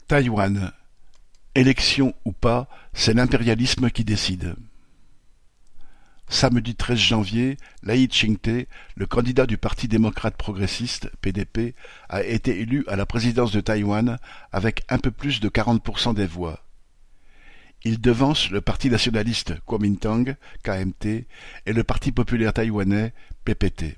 Taïwan. Élection ou pas, c'est l'impérialisme qui décide. Samedi 13 janvier, Lai Ching-te, le candidat du Parti démocrate progressiste, PDP, a été élu à la présidence de Taïwan avec un peu plus de 40% des voix. Il devance le Parti nationaliste Kuomintang, KMT, et le Parti populaire taïwanais, PPT.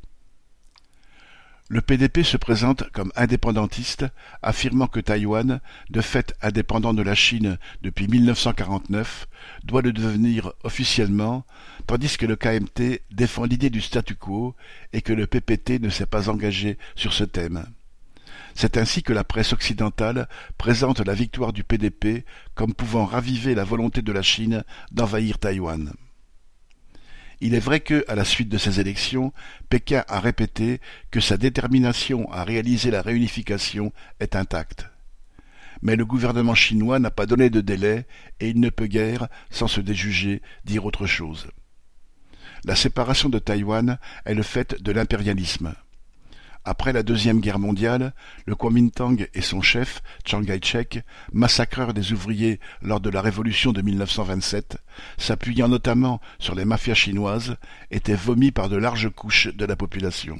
Le PDP se présente comme indépendantiste, affirmant que Taïwan, de fait indépendant de la Chine depuis 1949, doit le devenir officiellement, tandis que le KMT défend l'idée du statu quo et que le PPT ne s'est pas engagé sur ce thème. C'est ainsi que la presse occidentale présente la victoire du PDP comme pouvant raviver la volonté de la Chine d'envahir Taïwan. Il est vrai que, à la suite de ces élections, Pékin a répété que sa détermination à réaliser la réunification est intacte. Mais le gouvernement chinois n'a pas donné de délai et il ne peut guère, sans se déjuger, dire autre chose. La séparation de Taïwan est le fait de l'impérialisme. Après la Deuxième Guerre mondiale, le Kuomintang et son chef, Chiang Kai-shek, massacreur des ouvriers lors de la révolution de 1927, s'appuyant notamment sur les mafias chinoises, étaient vomis par de larges couches de la population.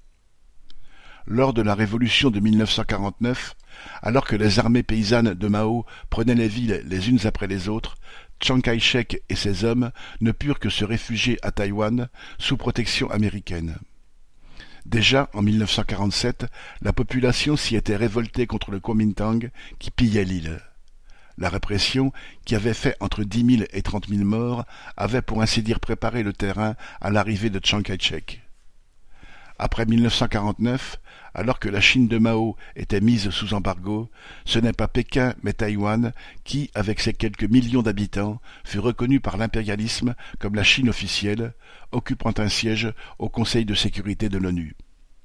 Lors de la révolution de 1949, alors que les armées paysannes de Mao prenaient les villes les unes après les autres, Chiang Kai-shek et ses hommes ne purent que se réfugier à Taïwan sous protection américaine. Déjà, en 1947, la population s'y était révoltée contre le Kuomintang qui pillait l'île. La répression, qui avait fait entre 10 000 et 30 000 morts, avait pour ainsi dire préparé le terrain à l'arrivée de Chiang Kai-shek. Après 1949, alors que la Chine de Mao était mise sous embargo, ce n'est pas Pékin mais Taïwan qui, avec ses quelques millions d'habitants, fut reconnu par l'impérialisme comme la Chine officielle, occupant un siège au Conseil de sécurité de l'ONU.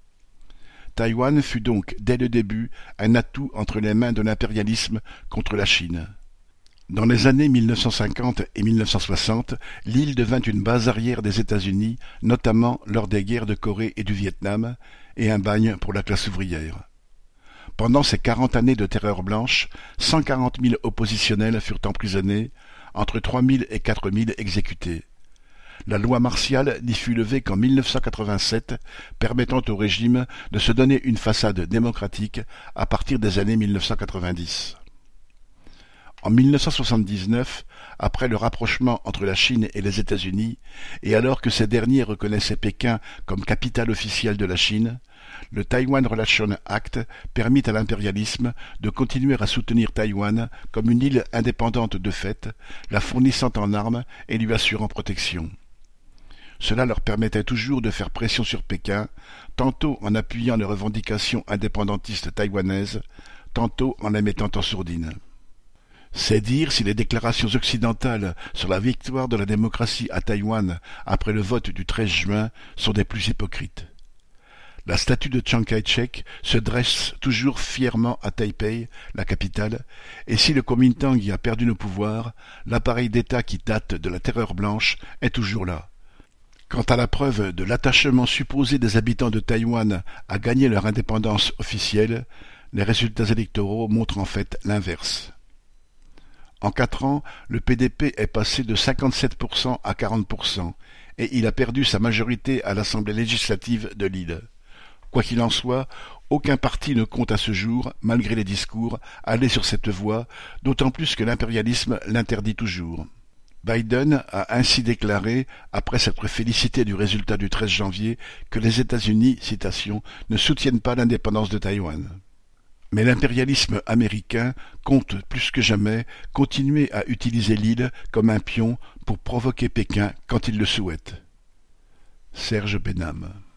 Taïwan fut donc, dès le début, un atout entre les mains de l'impérialisme contre la Chine. Dans les années 1950 et 1960, l'île devint une base arrière des États-Unis, notamment lors des guerres de Corée et du Vietnam, et un bagne pour la classe ouvrière. Pendant ces 40 années de terreur blanche, 140 000 oppositionnels furent emprisonnés, entre 3 000 et 4 000 exécutés. La loi martiale n'y fut levée qu'en 1987, permettant au régime de se donner une façade démocratique à partir des années 1990. En 1979, après le rapprochement entre la Chine et les États-Unis, et alors que ces derniers reconnaissaient Pékin comme capitale officielle de la Chine, le Taiwan Relation Act permit à l'impérialisme de continuer à soutenir Taïwan comme une île indépendante de fait, la fournissant en armes et lui assurant protection. Cela leur permettait toujours de faire pression sur Pékin, tantôt en appuyant les revendications indépendantistes taïwanaises, tantôt en les mettant en sourdine. C'est dire si les déclarations occidentales sur la victoire de la démocratie à Taïwan après le vote du 13 juin sont des plus hypocrites. La statue de Chiang Kai-shek se dresse toujours fièrement à Taipei, la capitale, et si le Kuomintang y a perdu le pouvoir, l'appareil d'État qui date de la Terreur blanche est toujours là. Quant à la preuve de l'attachement supposé des habitants de Taïwan à gagner leur indépendance officielle, les résultats électoraux montrent en fait l'inverse. En 4 ans, le PDP est passé de 57% à 40%, et il a perdu sa majorité à l'Assemblée législative de l'île. Quoi qu'il en soit, aucun parti ne compte à ce jour, malgré les discours, aller sur cette voie, d'autant plus que l'impérialisme l'interdit toujours. Biden a ainsi déclaré, après s'être félicité du résultat du 13 janvier, que les États-Unis, citation, ne soutiennent pas l'indépendance de Taïwan. Mais l'impérialisme américain compte plus que jamais continuer à utiliser l'île comme un pion pour provoquer Pékin quand il le souhaite. Serge Benham.